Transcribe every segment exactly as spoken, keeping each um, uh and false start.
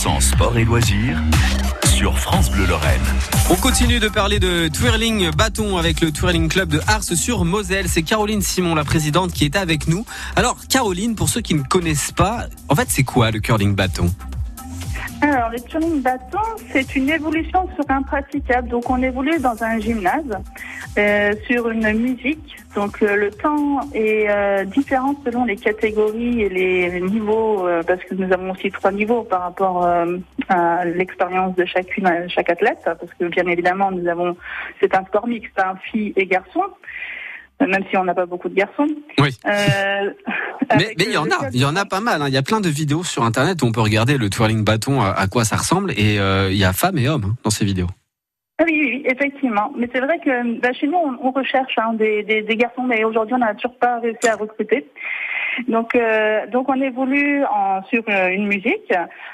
cent sport et loisirs sur France Bleu Lorraine. On continue de parler de twirling bâton avec le twirling club de Ars-sur-Moselle. C'est Caroline Simon, la présidente, qui est avec nous. Alors Caroline, pour ceux qui ne connaissent pas, en fait c'est quoi le curling bâton ? Alors, le twirling bâton, c'est une évolution sur un praticable. Donc, on évolue dans un gymnase euh, sur une musique. Donc, euh, le temps est euh, différent selon les catégories et les niveaux, euh, parce que nous avons aussi trois niveaux par rapport euh, à l'expérience de chacune, chaque athlète. Parce que, bien évidemment, nous avons, c'est un sport mixte, hein, filles et garçons. Même si on n'a pas beaucoup de garçons. Oui. Euh, mais mais il y en a, il y en a pas mal. Hein. Il y a plein de vidéos sur Internet où on peut regarder le twirling bâton, à, à quoi ça ressemble. Et euh, il y a femmes et hommes hein, dans ces vidéos. Oui, oui, oui, effectivement. Mais c'est vrai que bah, chez nous, on, on recherche hein, des, des, des garçons, mais aujourd'hui, on n'a toujours pas réussi à recruter. Donc, euh, donc on évolue en, sur une musique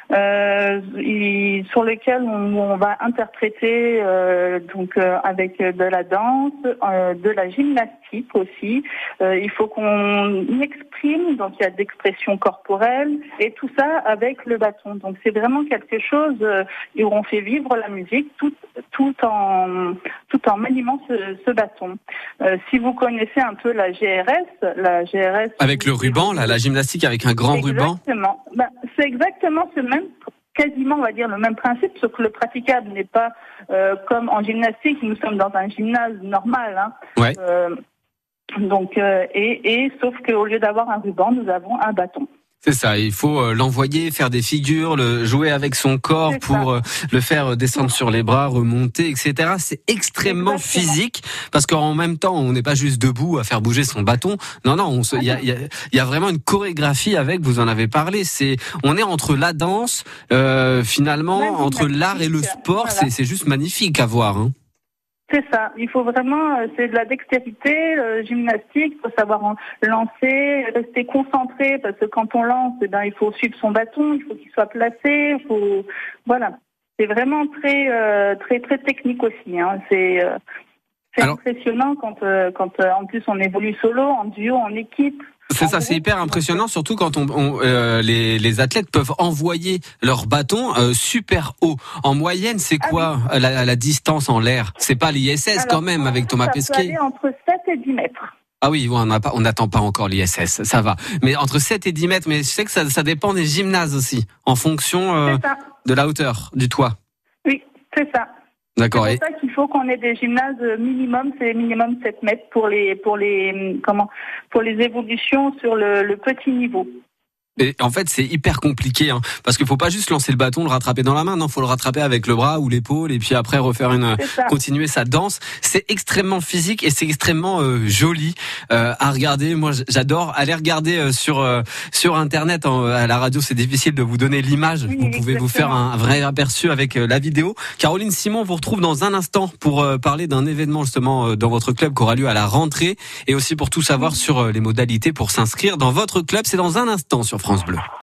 euh, il, sur laquelle on, on va interpréter euh, donc euh, avec de la danse, euh, de la gymnastique aussi. Euh, il faut qu'on exprime, donc il y a d'expression corporelle et tout ça avec le bâton. Donc c'est vraiment quelque chose euh, où on fait vivre la musique tout, tout en tout en maniant ce, ce bâton. Euh, si vous connaissez un peu la G R S, la G R S avec le ruban, là, la gymnastique avec un grand exactement. ruban. Exactement. Ben, c'est exactement ce même, quasiment, on va dire, le même principe, sauf que le praticable n'est pas euh, comme en gymnastique. Nous sommes dans un gymnase normal. Hein. Ouais. Euh, donc, euh, et, et sauf qu'au lieu d'avoir un ruban, nous avons un bâton. C'est ça, il faut euh, l'envoyer, faire des figures, le jouer avec son corps C'est pour euh, le faire descendre sur les bras, remonter, et cetera. C'est extrêmement Exactement. physique parce qu'en même temps, on n'est pas juste debout à faire bouger son bâton. Non, non, on se, il y a, il y a, il y a vraiment une chorégraphie avec. Vous en avez parlé. C'est, on est entre la danse, euh, finalement, Même entre l'art et le sport. Voilà. C'est, c'est juste magnifique à voir. Hein. C'est ça. Il faut vraiment, c'est de la dextérité, euh, gymnastique. Il faut savoir en lancer, rester concentré parce que quand on lance, eh ben il faut suivre son bâton, il faut qu'il soit placé. Il faut, voilà. C'est vraiment très, euh, très, très technique aussi. Hein. C'est, euh, c'est Alors, impressionnant quand, euh, quand euh, en plus on évolue solo, en duo, en équipe. C'est ça, c'est hyper impressionnant, surtout quand on, on euh, les, les athlètes peuvent envoyer leur bâton euh, super haut. En moyenne, c'est quoi ah oui. la, la distance en l'air ? C'est pas l'I S S Alors, quand même avec Thomas ça Pesquet. Ça peut aller entre sept et dix mètres. Ah oui, on n'a pas, on n'attend pas encore l'I S S, ça va. Mais entre sept et dix mètres, mais je sais que ça, ça dépend des gymnases aussi, en fonction euh, de la hauteur du toit. Oui, c'est ça. D'accord. C'est pour ça qu'il faut qu'on ait des gymnases minimum, c'est minimum sept mètres pour les pour les comment pour les évolutions sur le, le petit niveau. Et en fait, c'est hyper compliqué, hein, parce qu'il faut pas juste lancer le bâton, le rattraper dans la main, non, faut le rattraper avec le bras ou l'épaule, et puis après refaire une, continuer sa danse. C'est extrêmement physique et c'est extrêmement euh, joli euh, à regarder. Moi, j'adore aller regarder euh, sur euh, sur internet. En, à la radio, c'est difficile de vous donner l'image. Oui, vous pouvez exactement. Vous faire un vrai aperçu avec euh, la vidéo. Caroline Simon vous retrouve dans un instant pour euh, parler d'un événement justement euh, dans votre club qui aura lieu à la rentrée, et aussi pour tout savoir sur euh, les modalités pour s'inscrire dans votre club. C'est dans un instant sur France Bleu.